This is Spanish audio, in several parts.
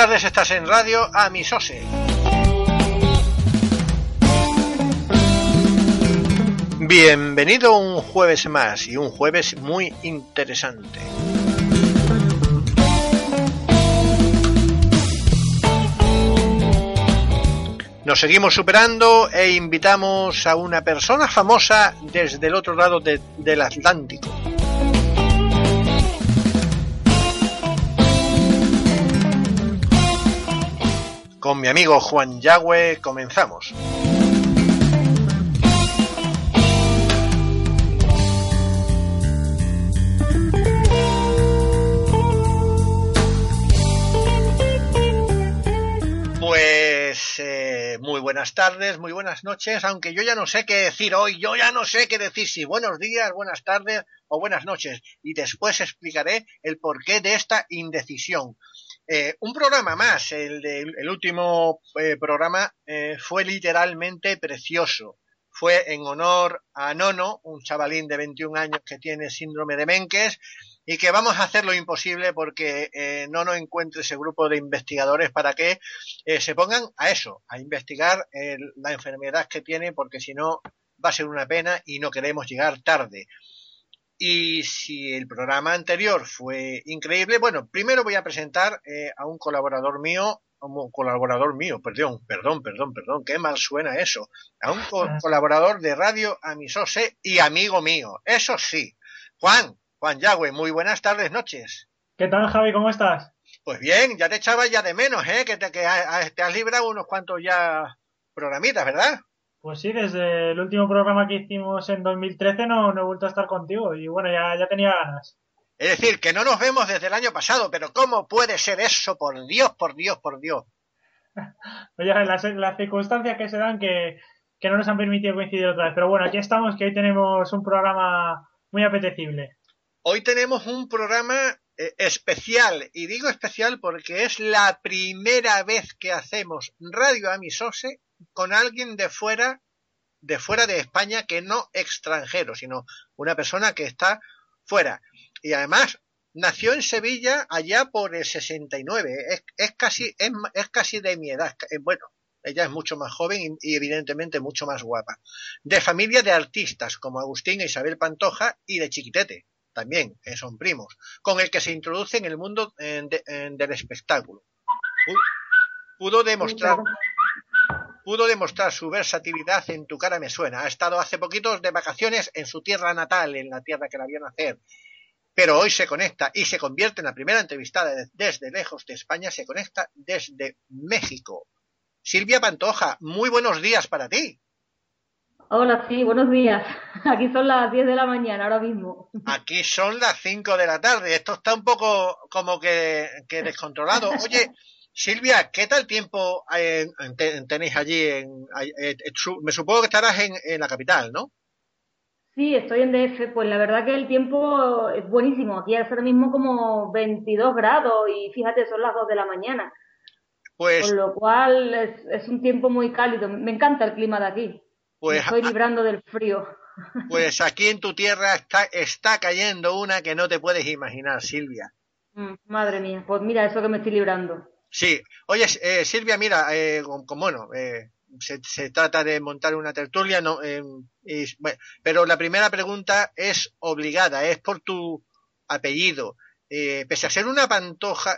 tardes, estás en Radio Amisose. Bienvenido un jueves más, y un jueves muy interesante. Nos seguimos superando e invitamos a una persona famosa desde el otro lado del Atlántico. Con mi amigo Juan Yagüe comenzamos. Pues muy buenas tardes, muy buenas noches, aunque yo ya no sé qué decir hoy, si buenos días, buenas tardes o buenas noches, y después explicaré el porqué de esta indecisión. Un programa más, el último programa fue literalmente precioso. Fue en honor a Nono, un chavalín de 21 años que tiene síndrome de Menkes, y que vamos a hacer lo imposible porque Nono encuentre ese grupo de investigadores para que se pongan a eso, a investigar la enfermedad que tiene, porque si no va a ser una pena y no queremos llegar tarde. Y si el programa anterior fue increíble, bueno, primero voy a presentar a un colaborador mío, perdón, qué mal suena eso, a un colaborador de Radio Amisose y amigo mío, eso sí, Juan Yagüe, muy buenas tardes, noches. ¿Qué tal, Javi? ¿Cómo estás? Pues bien, ya te echaba ya de menos, que te has librado unos cuantos ya programitas, ¿verdad? Pues sí, desde el último programa que hicimos en 2013 no he vuelto a estar contigo y bueno, ya tenía ganas. Es decir, que no nos vemos desde el año pasado, pero ¿cómo puede ser eso? Por Dios. Oye, las circunstancias que se dan que no nos han permitido coincidir otra vez. Pero bueno, aquí estamos, que hoy tenemos un programa muy apetecible. Hoy tenemos un programa especial, y digo especial porque es la primera vez que hacemos Radio Amisose con alguien de fuera de España, que no extranjero, sino una persona que está fuera. Y además nació en Sevilla allá por el 69. Es casi de mi edad. Bueno, ella es mucho más joven y evidentemente mucho más guapa. De familia de artistas como Agustín e Isabel Pantoja, y de Chiquitete también, son primos, con el que se introduce en el mundo del espectáculo. Pudo demostrar su versatilidad en Tu cara me suena. Ha estado hace poquitos de vacaciones en su tierra natal, en la tierra que la vio nacer. Pero hoy se conecta y se convierte en la primera entrevistada desde lejos de España, se conecta desde México. Silvia Pantoja, muy buenos días para ti. Hola, sí, buenos días. Aquí son las 10 de la mañana ahora mismo. Aquí son las 5 de la tarde. Esto está un poco como que descontrolado. Oye, Silvia, ¿qué tal tiempo tenéis allí? Me supongo que estarás en la capital, ¿no? Sí, estoy en DF. Pues la verdad que el tiempo es buenísimo. Aquí es ahora mismo como 22 grados y fíjate, son las 2 de la mañana. Pues, con lo cual es un tiempo muy cálido. Me encanta el clima de aquí. Me estoy librando del frío. Pues aquí en tu tierra está cayendo una que no te puedes imaginar, Silvia. Madre mía, pues mira eso que me estoy librando. Sí, oye, Silvia, mira, se trata de montar una tertulia, no, bueno, pero la primera pregunta es obligada, es por tu apellido. Pese a ser una pantoja,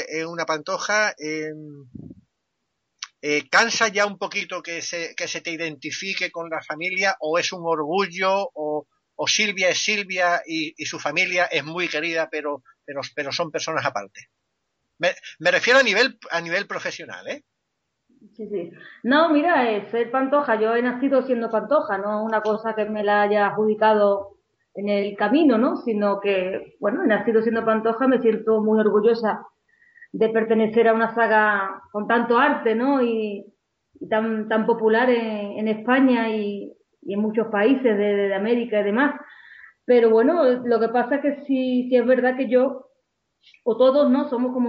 ¿cansa ya un poquito que se te identifique con la familia, o es un orgullo, o Silvia es Silvia y su familia es muy querida, pero son personas aparte? Me refiero a nivel profesional, ¿eh? Sí. No, mira, ser Pantoja, yo he nacido siendo Pantoja, no una cosa que me la haya adjudicado en el camino, ¿no? Sino que, bueno, he nacido siendo Pantoja, me siento muy orgullosa de pertenecer a una saga con tanto arte, ¿no? Y tan popular en España y en muchos países de América y demás. Pero bueno, lo que pasa es que sí es verdad que yo, o todos, ¿no? Somos como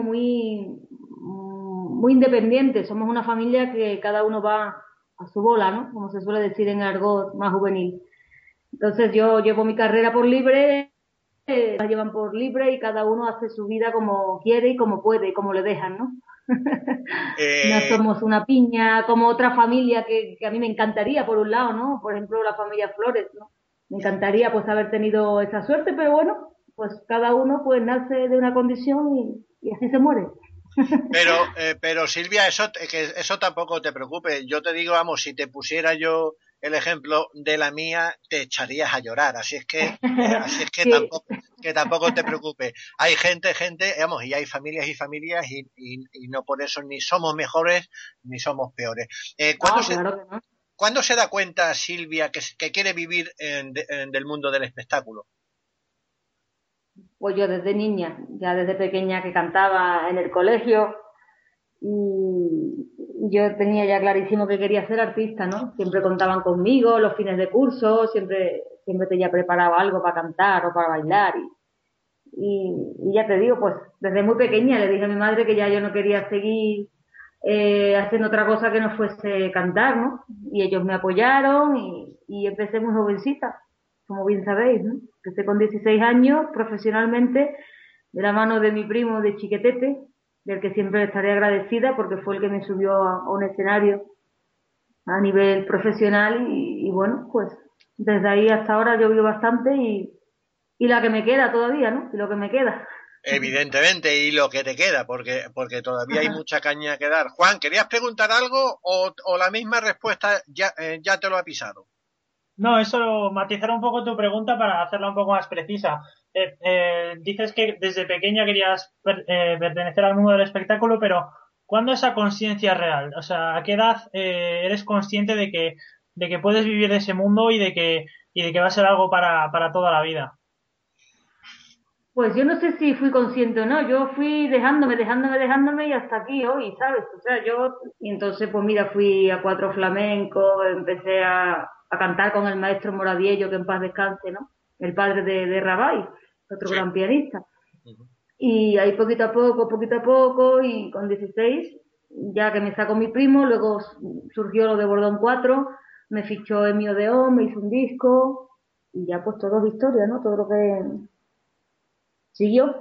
muy independientes, somos una familia que cada uno va a su bola, ¿no? Como se suele decir en argot más juvenil. Entonces yo llevo mi carrera por libre la llevan por libre y cada uno hace su vida como quiere y como puede y como le dejan, ¿no? No Eh, somos una piña como otra familia que a mí me encantaría, por un lado, ¿no? Por ejemplo, la familia Flores, ¿no? Me encantaría pues haber tenido esa suerte, pero bueno, pues cada uno pues nace de una condición y así se muere. pero Silvia, eso tampoco te preocupe. Yo te digo, vamos, si te pusiera yo el ejemplo de la mía, te echarías a llorar. Sí, Que tampoco te preocupes. Hay gente, vamos, y hay familias y familias y no por eso ni somos mejores ni somos peores. no, claro que no. ¿Cuándo se da cuenta Silvia que quiere vivir del mundo del espectáculo? Pues yo desde niña, ya desde pequeña que cantaba en el colegio y yo tenía ya clarísimo que quería ser artista, ¿no? Siempre contaban conmigo, los fines de curso, siempre tenía preparado algo para cantar o para bailar y ya te digo, pues desde muy pequeña le dije a mi madre que ya yo no quería seguir haciendo otra cosa que no fuese cantar, ¿no? Y ellos me apoyaron y empecé muy jovencita, como bien sabéis, ¿no? Empecé con 16 años profesionalmente de la mano de mi primo de Chiquetete, del que siempre estaré agradecida porque fue el que me subió a un escenario a nivel profesional y bueno, pues desde ahí hasta ahora yo vivo bastante y la que me queda todavía, ¿no? Y lo que me queda. Evidentemente, y lo que te queda, porque todavía hay mucha caña que dar. Juan, ¿querías preguntar algo o la misma respuesta ya te lo ha pisado? No, eso matizar un poco tu pregunta para hacerla un poco más precisa. Dices que desde pequeña querías pertenecer al mundo del espectáculo, pero ¿cuándo esa conciencia es real? O sea, ¿a qué edad eres consciente de que puedes vivir de ese mundo y de que va a ser algo para toda la vida? Pues yo no sé si fui consciente o no, yo fui dejándome y hasta aquí hoy, ¿sabes? O sea, y entonces pues mira, fui a cuatro flamencos, empecé a cantar con el maestro Moradiello, que en paz descanse, ¿no? El padre de Rabay, otro Sí. gran pianista. Ujú. Y ahí poquito a poco, y con 16, ya que me sacó mi primo, luego surgió lo de Bordón 4, me fichó Emio Odeón, me hizo un disco, y ya pues todo es historia, ¿no? Todo lo que siguió.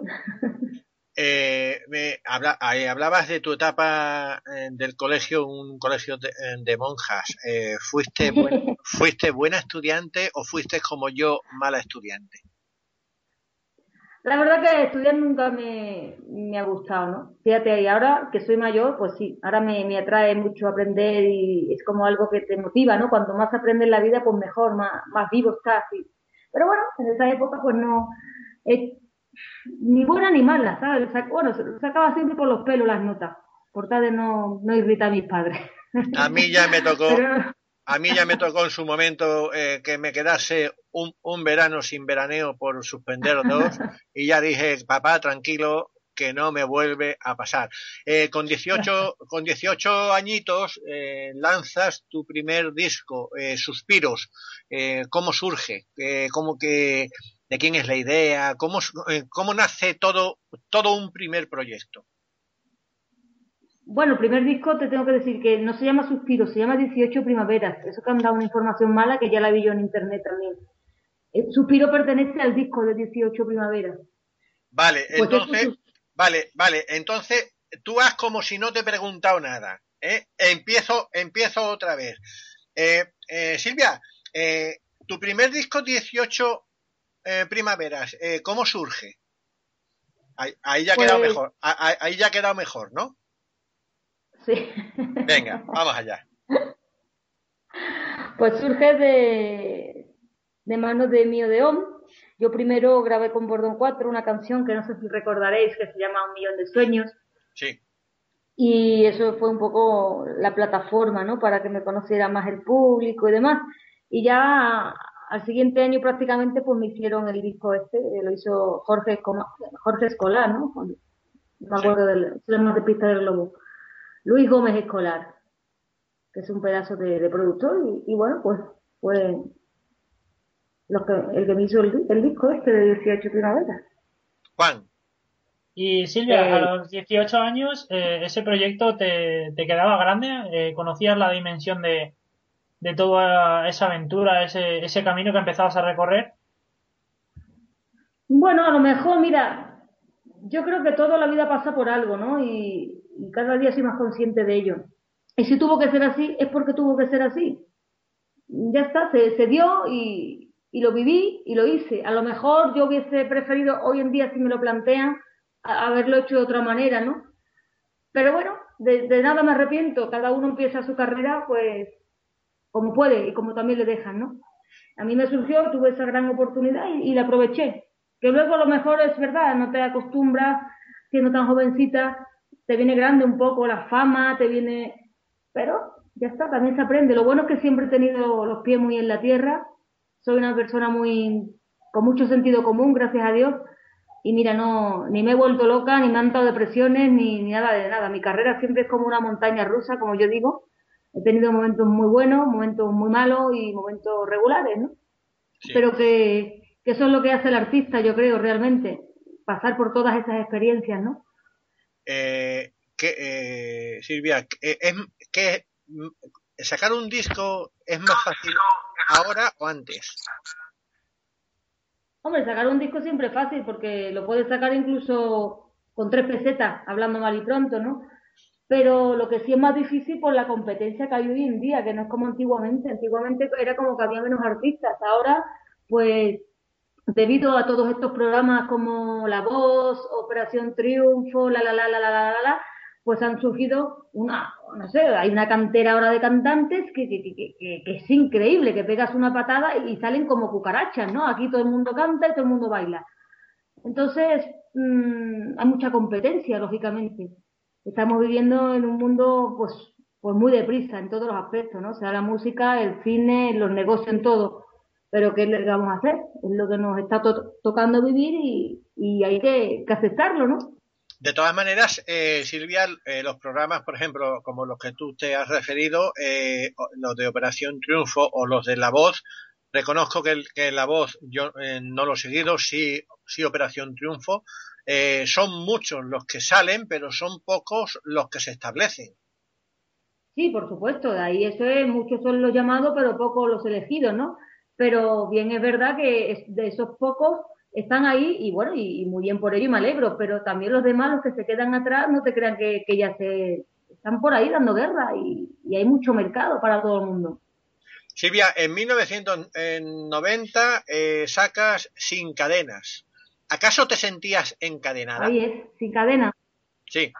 Hablabas de tu etapa del colegio, un colegio de monjas. ¿Fuiste buena estudiante o fuiste como yo, mala estudiante? La verdad que estudiar nunca me ha gustado, ¿no? Fíjate, y ahora que soy mayor, pues sí, ahora me atrae mucho aprender y es como algo que te motiva, ¿no? Cuanto más aprendes en la vida, pues mejor, más vivo estás. Pero bueno, en esa época pues no, eh, ni buena ni mala, ¿sabes? Bueno, sacaba siempre por los pelos las notas, por tal de no irritar a mis padres. A mí ya me tocó, Pero a mí ya me tocó en su momento que me quedase un verano sin veraneo por suspender dos y ya dije, papá, tranquilo, que no me vuelve a pasar. Con 18 añitos lanzas tu primer disco, Suspiros. ¿Cómo surge? ¿De quién es la idea? ¿Cómo nace todo un primer proyecto? bueno, el primer disco te tengo que decir que no se llama Suspiro, se llama 18 Primaveras. Eso que han dado una información mala que ya la vi yo en internet también. Suspiro pertenece al disco de 18 Primaveras. Vale, Pues eso, entonces tú haz como si no te he preguntado nada, ¿eh? Empiezo otra vez. Silvia, tu primer disco 18 primaveras, ¿cómo surge? Ahí ya ha quedado pues mejor, ahí ya ha quedado mejor, ¿no? sí. Venga, vamos allá. Pues surge de manos de Mío de Om. Yo primero grabé con Bordón 4 una canción que no sé si recordaréis que se llama Un Millón de Sueños. Sí. Y eso fue un poco la plataforma, ¿no? Para que me conociera más el público y demás. Y ya al siguiente año prácticamente pues me hicieron el disco este, lo hizo Jorge Escolar, ¿no? No me Sí. acuerdo del más de Pista del Globo. Luis Gómez Escolar, que es un pedazo de productor y bueno, pues fue el que me hizo el disco este de 18 primaveras. Juan, Y Silvia, a Eh, los 18 años, ¿ese proyecto te quedaba grande? ¿Conocías la dimensión de toda esa aventura, ese camino que empezabas a recorrer? Bueno, a lo mejor, mira, yo creo que toda la vida pasa por algo, ¿no? Y cada día soy más consciente de ello. Y si tuvo que ser así, es porque tuvo que ser así. Ya está, se dio y lo viví y lo hice. A lo mejor yo hubiese preferido hoy en día, si me lo plantean, haberlo hecho de otra manera, ¿no? Pero bueno, de nada me arrepiento. Cada uno empieza su carrera, pues, como puede y como también le dejan, ¿no? A mí me surgió, tuve esa gran oportunidad y la aproveché. Que luego a lo mejor es verdad, no te acostumbras, siendo tan jovencita, te viene grande un poco la fama, te viene... Pero ya está, también se aprende. Lo bueno es que siempre he tenido los pies muy en la tierra, soy una persona muy con mucho sentido común, gracias a Dios, y mira, no, ni me he vuelto loca, ni me han dado depresiones, ni nada de nada. Mi carrera siempre es como una montaña rusa, como yo digo. He tenido momentos muy buenos, momentos muy malos y momentos regulares, ¿no? Sí. Pero que eso es lo que hace el artista, yo creo, realmente. Pasar por todas esas experiencias, ¿no? Silvia, sacar un disco es más fácil ahora o antes? Hombre, sacar un disco siempre es fácil porque lo puedes sacar incluso con 3 pesetas, hablando mal y pronto, ¿no? Pero lo que sí es más difícil por la competencia que hay hoy en día, que no es como antiguamente. Antiguamente era como que había menos artistas. Ahora, pues, debido a todos estos programas como La Voz, Operación Triunfo, pues han surgido una, no sé, hay una cantera ahora de cantantes que es increíble, que pegas una patada y salen como cucarachas, ¿no? Aquí todo el mundo canta y todo el mundo baila. Entonces, hay mucha competencia, lógicamente. Estamos viviendo en un mundo, pues muy deprisa en todos los aspectos, ¿no? O sea, la música, el cine, los negocios, en todo. Pero ¿qué le vamos a hacer? Es lo que nos está tocando vivir y hay que aceptarlo, ¿no? De todas maneras, Silvia, los programas, por ejemplo, como los que tú te has referido, los de Operación Triunfo o los de La Voz, reconozco que La Voz yo no lo he seguido, sí Operación Triunfo, son muchos los que salen, pero son pocos los que se establecen. Sí, por supuesto, de ahí eso es, muchos son los llamados, pero pocos los elegidos, ¿no? Pero bien es verdad que de esos pocos están ahí y bueno, y muy bien por ello y me alegro, pero también los demás, los que se quedan atrás, no te crean que ya se están por ahí dando guerra y hay mucho mercado para todo el mundo. Silvia, en 1990 sacas Sin Cadenas. ¿Acaso te sentías encadenada? Ahí es, sin cadena. Sí.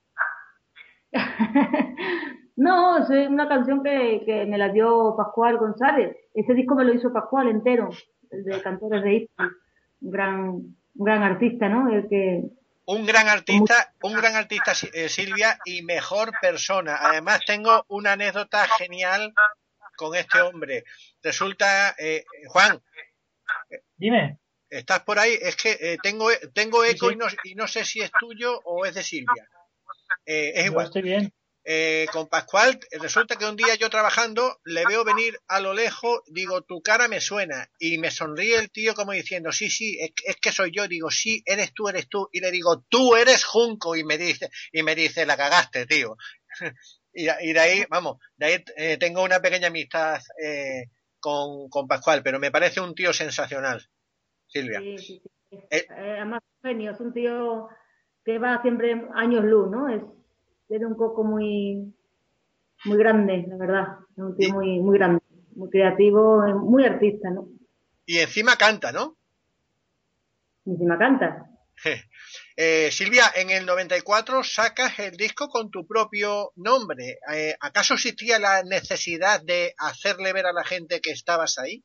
No, es una canción que me la dio Pascual González. Ese disco me lo hizo Pascual entero, el de Cantores de Isla. Un gran artista, ¿no? El que, con mucho... Un gran artista, Silvia, y mejor persona. Además, tengo una anécdota genial con este hombre. Resulta, Juan, Dime. ¿estás por ahí? Es que tengo Sí, eco sí, y no sé si es tuyo o es de Silvia. Es yo igual. estoy bien. Con Pascual, resulta que un día yo trabajando le veo venir a lo lejos, digo, tu cara me suena, y me sonríe el tío como diciendo, sí, sí, es que soy yo, digo, sí, eres tú, y le digo, tú eres Junco, y me dice, la cagaste, tío. Y de ahí, vamos, de ahí tengo una pequeña amistad con Pascual, pero me parece un tío sensacional, Silvia. Sí, sí, sí. Eh, Además, genio, es un tío que va siempre años luz, ¿no? Tiene un coco muy grande, la verdad. Es un tío y, muy grande, muy creativo, muy artista, ¿no? y encima canta, ¿no? Y encima canta. Silvia, en el 94 sacas el disco con tu propio nombre. ¿Acaso existía la necesidad de hacerle ver a la gente que estabas ahí?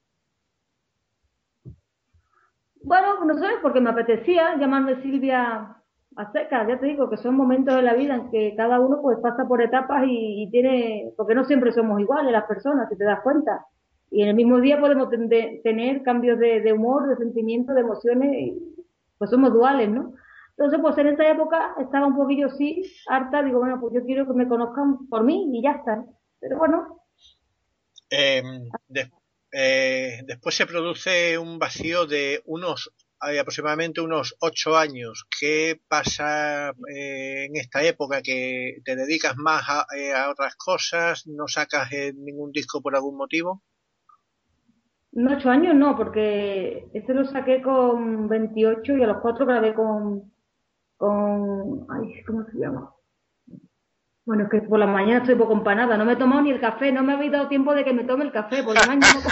Bueno, no sé, porque me apetecía llamarme Silvia a secas, ya te digo que son momentos de la vida en que cada uno pues pasa por etapas y tiene, porque no siempre somos iguales las personas, si te das cuenta. Y en el mismo día podemos tener cambios de humor, de sentimientos, de emociones, y, pues somos duales, ¿no? Entonces, pues en esa época estaba un poquillo sí, harta, digo, bueno, pues yo quiero que me conozcan por mí y ya está. Pero bueno, Eh, de- Después se produce un vacío de aproximadamente unos 8 años. ¿Qué pasa en esta época que te dedicas más a otras cosas? ¿No sacas ningún disco por algún motivo? No, 8 años no, porque este lo saqué con 28 y a los 4 grabé ay, ¿cómo se llama? Bueno, es que por la mañana estoy poco empanada, no me he tomado ni el café, no me habéis dado tiempo de que me tome el café, por un año no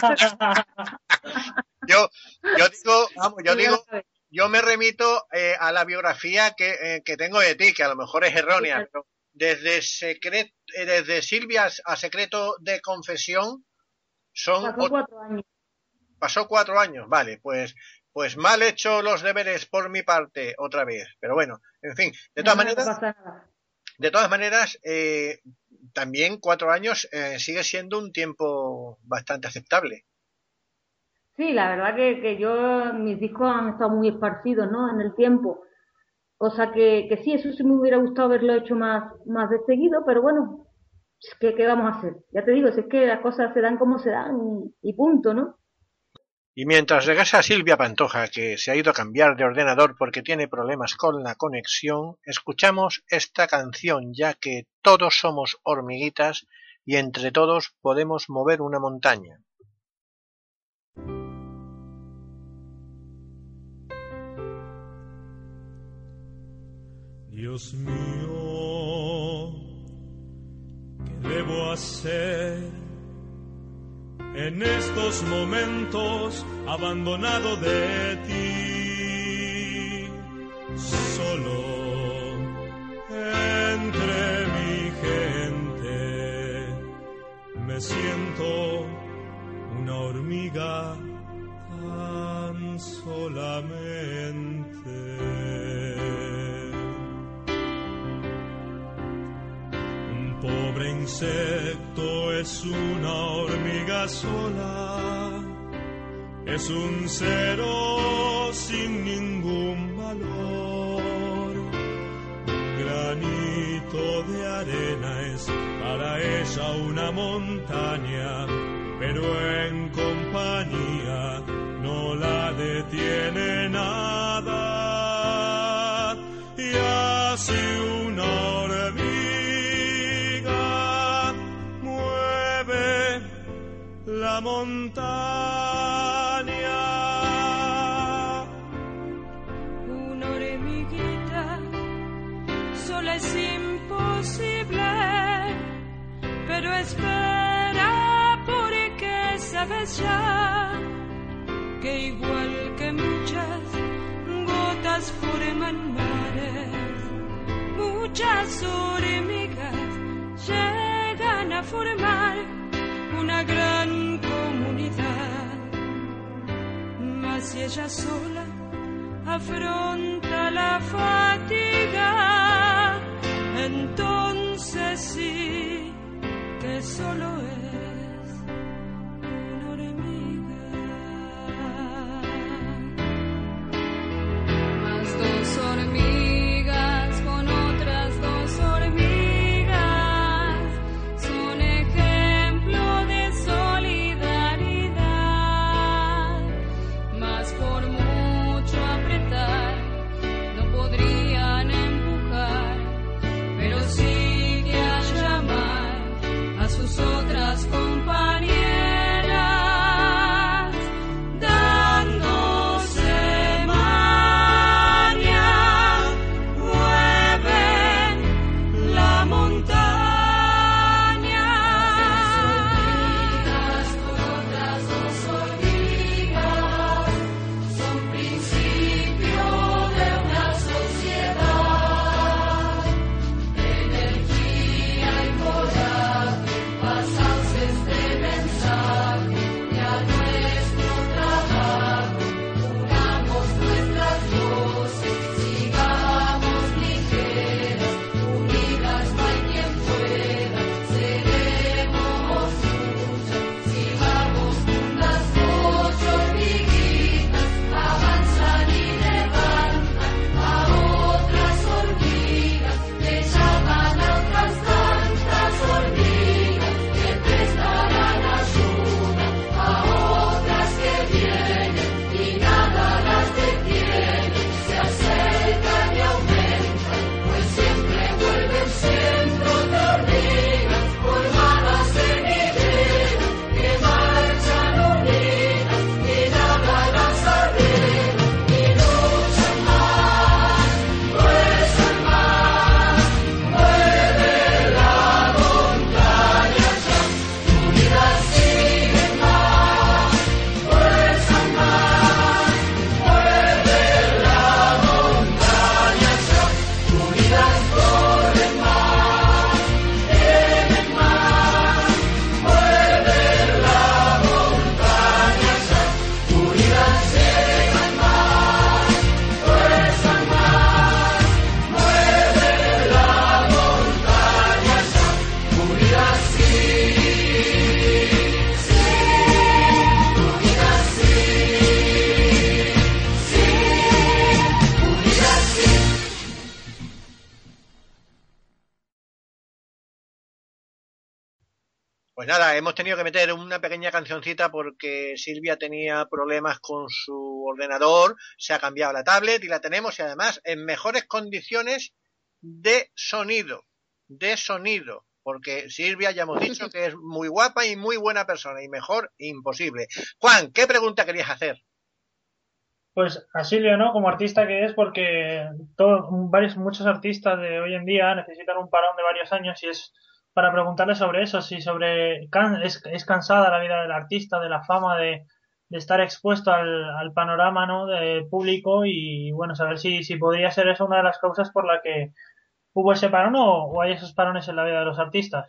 Yo digo, yo me remito a la biografía que tengo de ti, que a lo mejor es errónea, pero desde Silvia a Secreto de Confesión Pasó 4 años. Pasó 4 años, vale, pues mal hecho los deberes por mi parte otra vez, pero bueno, en fin, de todas maneras, también 4 años sigue siendo un tiempo bastante aceptable. Sí, la verdad que mis discos han estado muy esparcidos, ¿no? En el tiempo. O sea que sí, eso sí me hubiera gustado haberlo hecho más de seguido, pero bueno, ¿qué vamos a hacer? Ya te digo, si es que las cosas se dan como se dan y punto, ¿no? Y mientras regresa Silvia Pantoja, que se ha ido a cambiar de ordenador porque tiene problemas con la conexión, escuchamos esta canción, ya que todos somos hormiguitas y entre todos podemos mover una montaña. Dios mío, ¿qué debo hacer en estos momentos abandonado de ti? Solo entre mi gente me siento una hormiga tan solamente. Pobre insecto es una hormiga sola, es un cero sin ningún valor. Un granito de arena es para ella una montaña, pero en compañía no la detiene nada. Y así una hormiga la montaña. Una hormiguita sola es imposible, pero espera porque sabes ya que igual que muchas gotas forman mares, muchas hormigas llegan a formar una gran comunidad. Mas si ella sola afronta la fatiga, entonces sí que solo es una hormiga. Más dos hormigas con otras dos hormigas otras Pues nada, hemos tenido que meter una pequeña cancioncita porque Silvia tenía problemas con su ordenador, se ha cambiado la tablet y la tenemos y además en mejores condiciones de sonido, porque Silvia ya hemos dicho que es muy guapa y muy buena persona y mejor imposible. Juan, ¿qué pregunta querías hacer? Pues a Silvia, ¿no? Como artista que es, porque muchos artistas de hoy en día necesitan un parón de varios años y es para preguntarle sobre eso, si es cansada la vida del artista, de la fama, de estar expuesto al panorama, ¿no? De público y bueno, saber si podría ser eso una de las causas por la que hubo ese parón o hay esos parones en la vida de los artistas.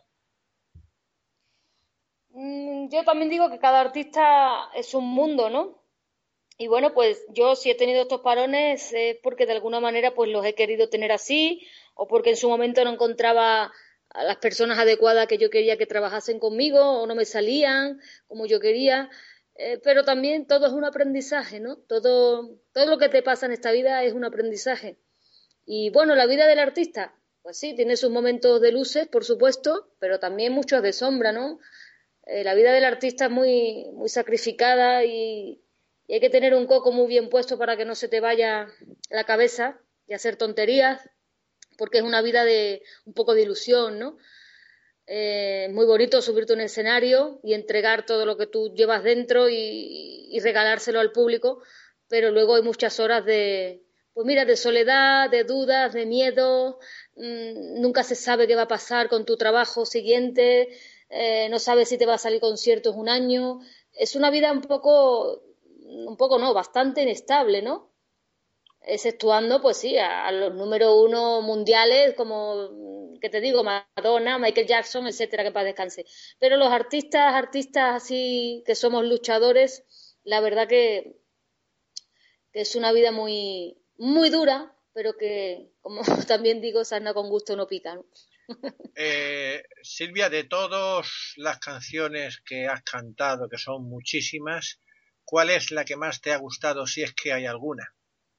Yo también digo que cada artista es un mundo, ¿no? Y bueno, pues yo si he tenido estos parones es porque de alguna manera pues los he querido tener así o porque en su momento no encontraba a las personas adecuadas que yo quería que trabajasen conmigo o no me salían como yo quería. Pero también todo es un aprendizaje, ¿no? Todo lo que te pasa en esta vida es un aprendizaje. Y bueno, la vida del artista, pues sí, tiene sus momentos de luces, por supuesto, pero también muchos de sombra, ¿no? La vida del artista es muy sacrificada y hay que tener un coco muy bien puesto para que no se te vaya la cabeza y hacer tonterías, porque es una vida de un poco de ilusión, ¿no? Es muy bonito subirte a un escenario y entregar todo lo que tú llevas dentro y regalárselo al público, pero luego hay muchas horas pues mira, de soledad, de dudas, de miedo, nunca se sabe qué va a pasar con tu trabajo siguiente, no sabes si te va a salir conciertos un año, es una vida un poco no, bastante inestable, ¿no? Exceptuando, pues sí, a los número uno mundiales como, ¿qué te digo? Madonna, Michael Jackson, etcétera, que para descanse. Pero los artistas así que somos luchadores, la verdad que es una vida muy dura, pero que, como también digo, sarna con gusto no pica, ¿no? Silvia, de todas las canciones que has cantado, que son muchísimas, ¿cuál es la que más te ha gustado, si es que hay alguna?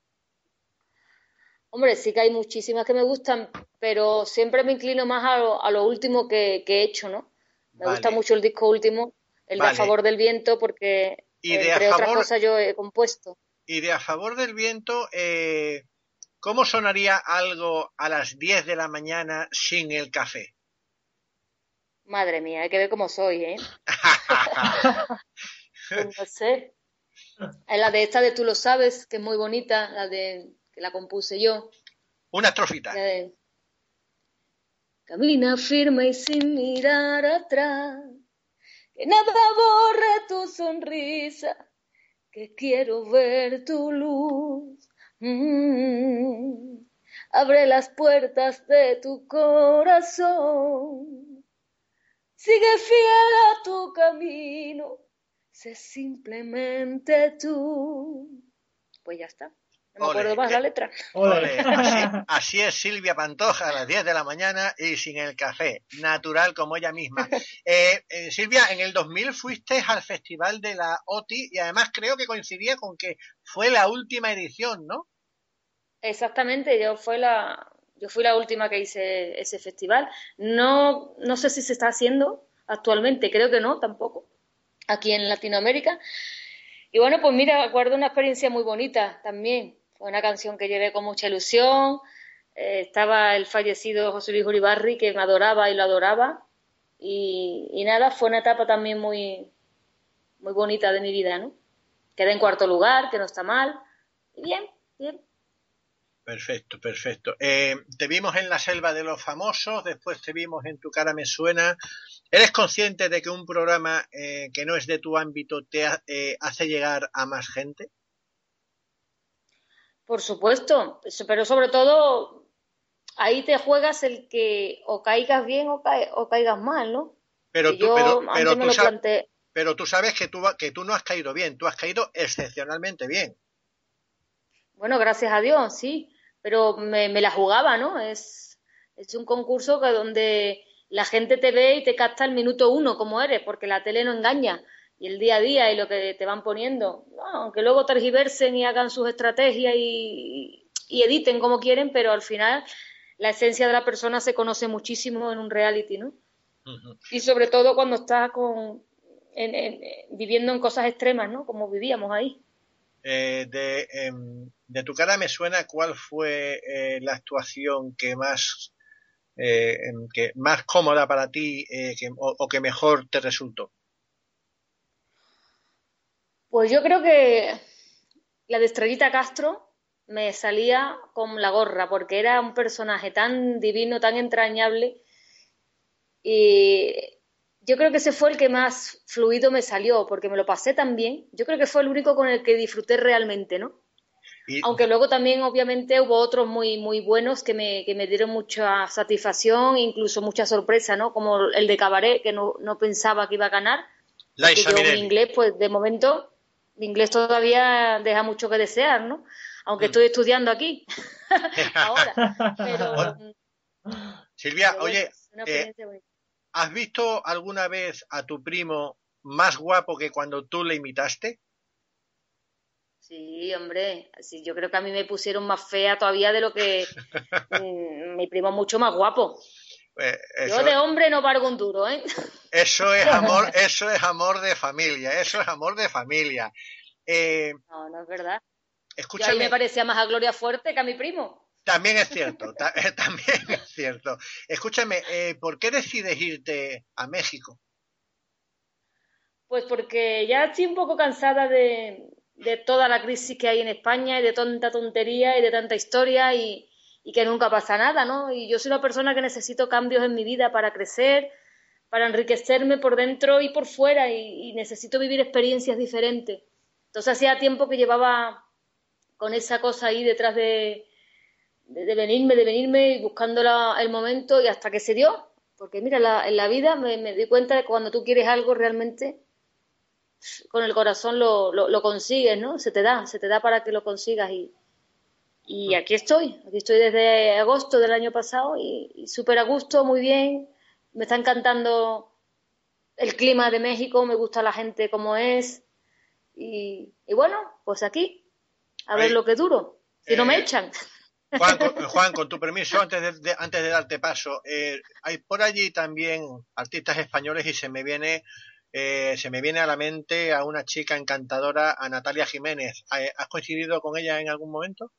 Hombre, sí que hay muchísimas que me gustan, pero siempre me inclino más a lo último que he hecho, ¿no? Me gusta Vale, mucho el disco último, el de A vale. Favor del Viento, porque Y de a entre otras favor, cosas yo he compuesto. y de a favor del viento, ¿cómo sonaría algo a las 10 de la mañana sin el café? Madre mía, hay que ver cómo soy, ¿eh? Pues no sé. Es la de esta de Tú lo sabes, que es muy bonita, la de que la compuse yo. Una estrofita. La de, Camina firme y sin mirar atrás, que nada borre tu sonrisa, que quiero ver tu luz. Abre las puertas de tu corazón, sigue fiel a tu camino, sé simplemente tú. Pues ya está. No me acuerdo Ole, más la letra. ole. Así es Silvia Pantoja a las 10 de la mañana y sin el café, natural como ella misma. Silvia, en el 2000 fuiste al Festival de la OTI y además creo que coincidía con que fue la última edición, ¿no? Exactamente, yo fui la última que hice ese festival. No sé si se está haciendo actualmente, creo que no, tampoco, aquí en Latinoamérica. Y bueno, pues mira, acuerdo una experiencia muy bonita también. Fue una canción que llevé con mucha ilusión. Estaba el fallecido José Luis Uribarri, que me adoraba y lo adoraba. Y nada, fue una etapa también muy bonita de mi vida, ¿no? Quedé en cuarto lugar, que no está mal. Y bien, bien. Perfecto, perfecto. Te vimos en La Selva de los Famosos, después te vimos en Tu cara me suena. ¿Eres consciente de que un programa que no es de tu ámbito te hace llegar a más gente? Por supuesto, pero sobre todo ahí te juegas el que o caigas bien o caigas mal, ¿no? Pero Que tú, yo antes me lo planteé. pero tú sabes que tú no has caído bien, tú has caído excepcionalmente bien. Bueno, gracias a Dios, sí, pero me la jugaba, ¿no? Es un concurso donde la gente te ve y te capta el minuto uno como eres, porque la tele no engaña, y el día a día y lo que te van poniendo, no, aunque luego tergiversen y hagan sus estrategias y editen como quieren, pero al final la esencia de la persona se conoce muchísimo en un reality, ¿no? Ujú. Y sobre todo cuando estás viviendo en cosas extremas, ¿no? Como vivíamos ahí. De tu cara me suena cuál fue la actuación que más cómoda para ti o que mejor te resultó. Pues yo creo que la de Estrellita Castro me salía con la gorra, porque era un personaje tan divino, tan entrañable, y yo creo que ese fue el que más fluido me salió, porque me lo pasé tan bien. Yo creo que fue el único con el que disfruté realmente, ¿no? Y Aunque luego también, obviamente, hubo otros muy, muy buenos que me dieron mucha satisfacción, incluso mucha sorpresa, ¿no? Como el de Cabaret, que no pensaba que iba a ganar, porque Liza yo mi Minnelli. inglés, pues de momento, mi inglés todavía deja mucho que desear, ¿no? Aunque Mm. estoy estudiando aquí ahora, pero, Bueno, Silvia, pero bueno, oye, es una eh, experiencia bonita. ¿has visto alguna vez a tu primo más guapo que cuando tú le imitaste? Sí, hombre, sí, yo creo que a mí me pusieron más fea todavía de lo que mi primo mucho más guapo. Yo Eso, de hombre no valgo un duro, ¿eh? eso es amor de familia, eso es amor de familia. Eh, No, no es verdad. Yo ahí me escúchame, parecía más a Gloria Fuerte que a mi primo. también es cierto, también es cierto. Escúchame, ¿por qué decides irte a México? Pues porque ya estoy un poco cansada de toda la crisis que hay en España y de tanta tontería y de tanta historia y que nunca pasa nada, ¿no? Y yo soy una persona que necesito cambios en mi vida para crecer, para enriquecerme por dentro y por fuera y necesito vivir experiencias diferentes. Entonces hacía tiempo que llevaba con esa cosa ahí detrás de venirme y buscando el momento y hasta que se dio, porque mira, en la vida me di cuenta de que cuando tú quieres algo realmente con el corazón lo consigues, ¿no? Se te da para que lo consigas y aquí estoy desde agosto del año pasado y súper a gusto, muy bien, me está encantando el clima de México, me gusta la gente como es y bueno, pues aquí, a ver Oye, lo que duro, si no me eh, echan. Juan, con tu permiso, antes de darte paso, hay por allí también artistas españoles y se me viene a la mente a una chica encantadora, a Natalia Jiménez. ¿Has coincidido con ella en algún momento?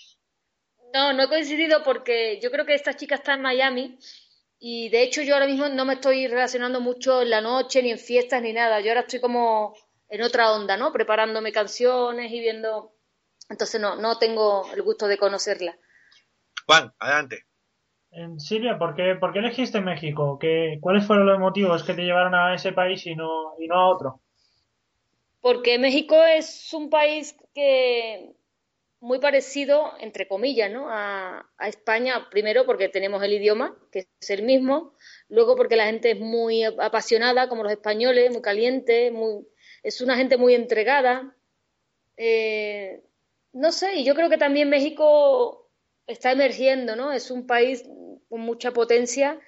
No, no he coincidido porque yo creo que esta chica está en Miami y de hecho yo ahora mismo no me estoy relacionando mucho en la noche, ni en fiestas, ni nada. Yo ahora estoy como en otra onda, ¿no? Preparándome canciones y viendo. Entonces no tengo el gusto de conocerla. Juan, adelante. Silvia, por qué elegiste México? ¿Cuáles fueron los motivos que te llevaron a ese país y no a otro? Porque México es un país que muy parecido, entre comillas, ¿no? A España, primero porque tenemos el idioma, que es el mismo, luego porque la gente es muy apasionada, como los españoles, muy caliente, es una gente muy entregada. Eh, no sé, y yo creo que también México está emergiendo, ¿no? Es un país con mucha potencia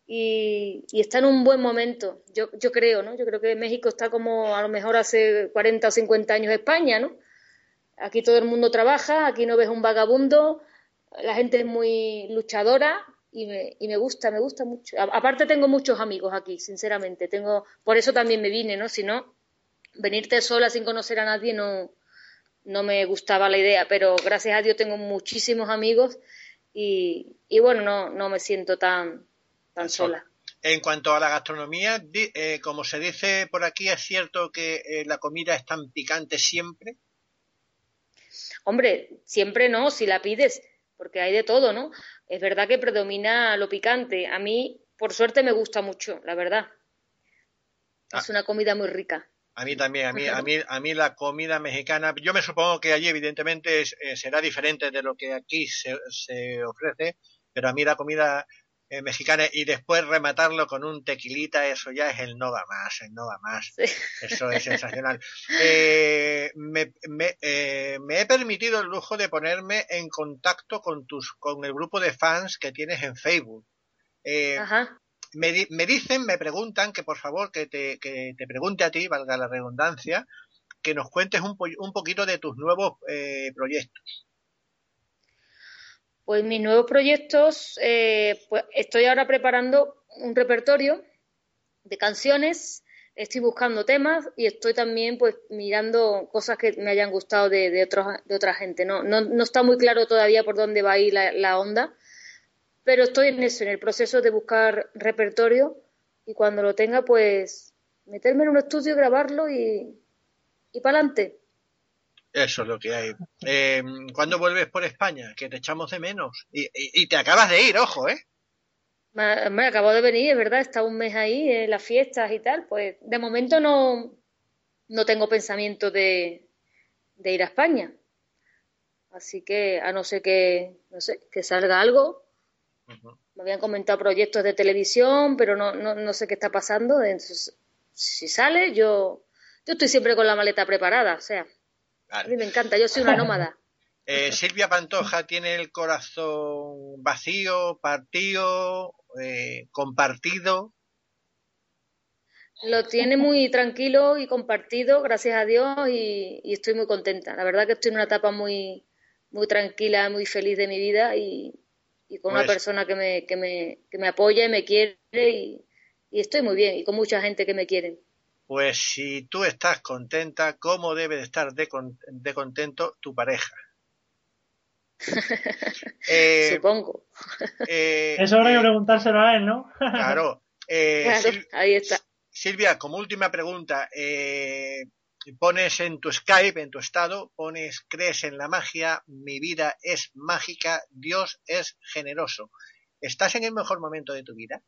y está en un buen momento, yo creo, ¿no? Yo creo que México está como a lo mejor hace 40 o 50 años España, ¿no? Aquí todo el mundo trabaja, aquí no ves un vagabundo, la gente es muy luchadora y me gusta mucho. Aparte tengo muchos amigos aquí, sinceramente, por eso también me vine, ¿no? Si no, venirte sola sin conocer a nadie no me gustaba la idea, pero gracias a Dios tengo muchísimos amigos y bueno, no me siento tan Tan sola. sola. En cuanto a la gastronomía, como se dice por aquí, ¿es cierto que la comida es tan picante siempre? Hombre, siempre no, si la pides, porque hay de todo, ¿no? Es verdad que predomina lo picante. A mí, por suerte, me gusta mucho, la verdad. Ah, Es una comida muy rica. a mí también, a mí la comida mexicana, yo me supongo que allí evidentemente será diferente de lo que aquí se ofrece, pero a mí la comida mexicana y después rematarlo con un tequilita, eso ya es el no va más, el no va más. Sí. Eso es sensacional. Me he permitido el lujo de ponerme en contacto con el grupo de fans que tienes en Facebook. Eh, Ajá. me preguntan que por favor que te pregunte a ti, valga la redundancia, que nos cuentes un poquito de tus nuevos proyectos. Pues mis nuevos proyectos, pues estoy ahora preparando un repertorio de canciones, estoy buscando temas y estoy también pues mirando cosas que me hayan gustado de otra gente. No está muy claro todavía por dónde va a ir la onda, pero estoy en eso, en el proceso de buscar repertorio y cuando lo tenga pues meterme en un estudio, grabarlo y para adelante. Eso es lo que hay. ¿Cuándo vuelves por España? Que te echamos de menos. Y te acabas de ir, ojo, ¿eh? Me acabo de venir, es verdad, he estado un mes ahí en las fiestas y tal, pues de momento no tengo pensamiento de ir a España. Así que, a no ser que, no sé, que salga algo. Uh-huh. Me habían comentado proyectos de televisión, pero no sé qué está pasando. Entonces, si sale, yo estoy siempre con la maleta preparada, o sea, Vale. a mí me encanta, yo soy una nómada. Silvia Pantoja tiene el corazón vacío, partido, compartido. Lo tiene muy tranquilo y compartido, gracias a Dios, y estoy muy contenta. La verdad que estoy en una etapa muy tranquila, muy feliz de mi vida y con una persona que me apoya y me quiere y estoy muy bien y con mucha gente que me quiere. Pues si tú estás contenta, ¿cómo debe de estar de contento tu pareja? Supongo. Eso habrá que preguntárselo a él, ¿no? Claro. Claro, ahí está. Silvia, como última pregunta, pones en tu Skype, en tu estado, pones crees en la magia, mi vida es mágica, Dios es generoso. ¿Estás en el mejor momento de tu vida?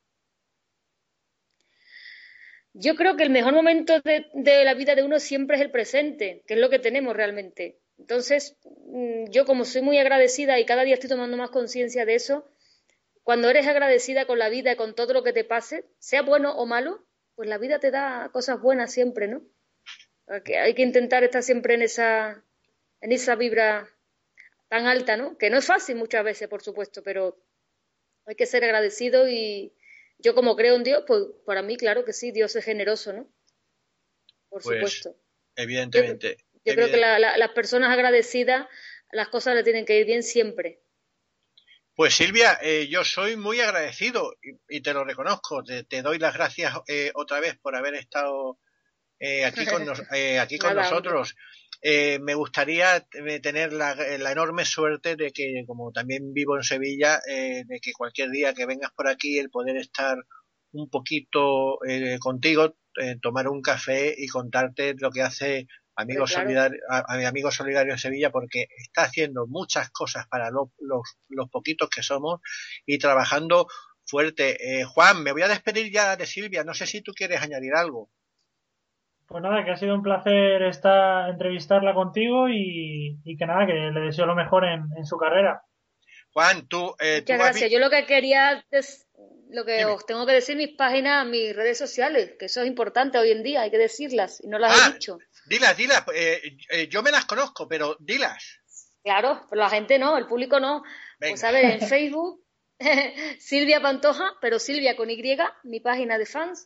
Yo creo que el mejor momento de la vida de uno siempre es el presente, que es lo que tenemos realmente. Entonces, yo como soy muy agradecida y cada día estoy tomando más conciencia de eso, cuando eres agradecida con la vida y con todo lo que te pase, sea bueno o malo, pues la vida te da cosas buenas siempre, ¿no? Hay que intentar estar siempre en esa vibra tan alta, ¿no? Que no es fácil muchas veces, por supuesto, pero hay que ser agradecido y yo como creo en Dios, pues para mí, claro que sí, Dios es generoso, ¿no? Por supuesto. Evidentemente. Yo creo que las personas agradecidas, las cosas le tienen que ir bien siempre. Pues Silvia, yo soy muy agradecido y te lo reconozco. Te doy las gracias otra vez por haber estado aquí con nosotros. Me gustaría tener la enorme suerte de que, como también vivo en Sevilla, de que cualquier día que vengas por aquí, el poder estar un poquito contigo, tomar un café y contarte lo que hace Amigos Solidarios, a mi amigo solidario en Sevilla, porque está haciendo muchas cosas para los poquitos que somos y trabajando fuerte. Juan, me voy a despedir ya de Silvia. No sé si tú quieres añadir algo. Pues nada, que ha sido un placer entrevistarla contigo y que nada, que le deseo lo mejor en su carrera. Juan, tú... Muchas gracias. Yo lo que quería os tengo que decir mis páginas, mis redes sociales, que eso es importante hoy en día, hay que decirlas y no las he dicho. Dilas. Yo me las conozco, pero dilas. Claro, pero la gente no, el público no. Venga. Pues a ver, en Facebook, Silvia Pantoja, pero Silvia con Y, mi página de fans.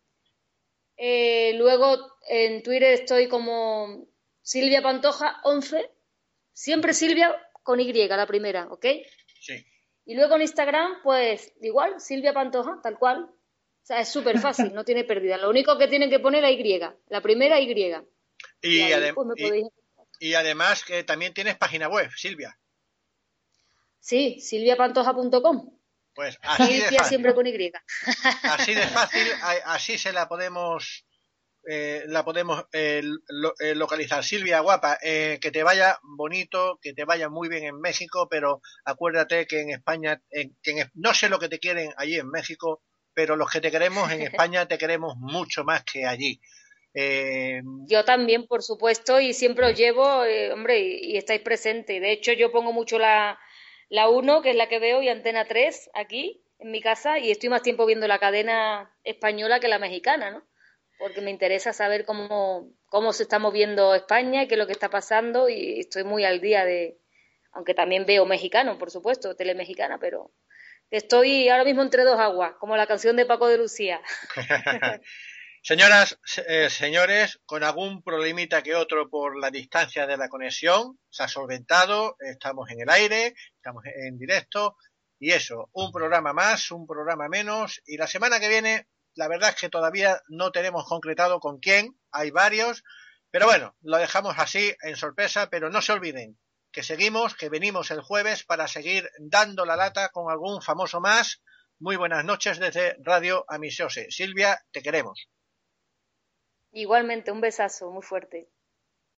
Luego en Twitter estoy como Silvia Pantoja 11, siempre Silvia con Y, la primera, ¿ok? Sí. Y luego en Instagram, pues igual, Silvia Pantoja, tal cual. O sea, es súper fácil, no tiene pérdida. Lo único que tienen que poner es Y, la primera Y. Y además que también tienes página web, Silvia. Sí, silviapantoja.com. Pues así de fácil. Siempre con Y. Así de fácil, así se la podemos localizar. Silvia, guapa, que te vaya bonito, que te vaya muy bien en México, pero acuérdate que en España, no sé lo que te quieren allí en México, pero los que te queremos en España te queremos mucho más que allí. Yo también, por supuesto, y siempre os llevo, hombre, y estáis presentes. De hecho, yo pongo mucho la 1, que es la que veo, y Antena 3 aquí, en mi casa, y estoy más tiempo viendo la cadena española que la mexicana, ¿no? Porque me interesa saber cómo se está moviendo España y qué es lo que está pasando, y estoy muy al día aunque también veo mexicano, por supuesto, tele mexicana, pero estoy ahora mismo entre dos aguas, como la canción de Paco de Lucía. Señoras, señores, con algún problemita que otro por la distancia de la conexión, se ha solventado, estamos en el aire, estamos en directo, y eso, un programa más, un programa menos, y la semana que viene La verdad es que todavía no tenemos concretado con quién, hay varios, pero bueno, lo dejamos así en sorpresa, pero no se olviden que seguimos, que venimos el jueves para seguir dando la lata con algún famoso más. Muy buenas noches desde Radio Amisiose. Silvia, te queremos. Igualmente, un besazo muy fuerte.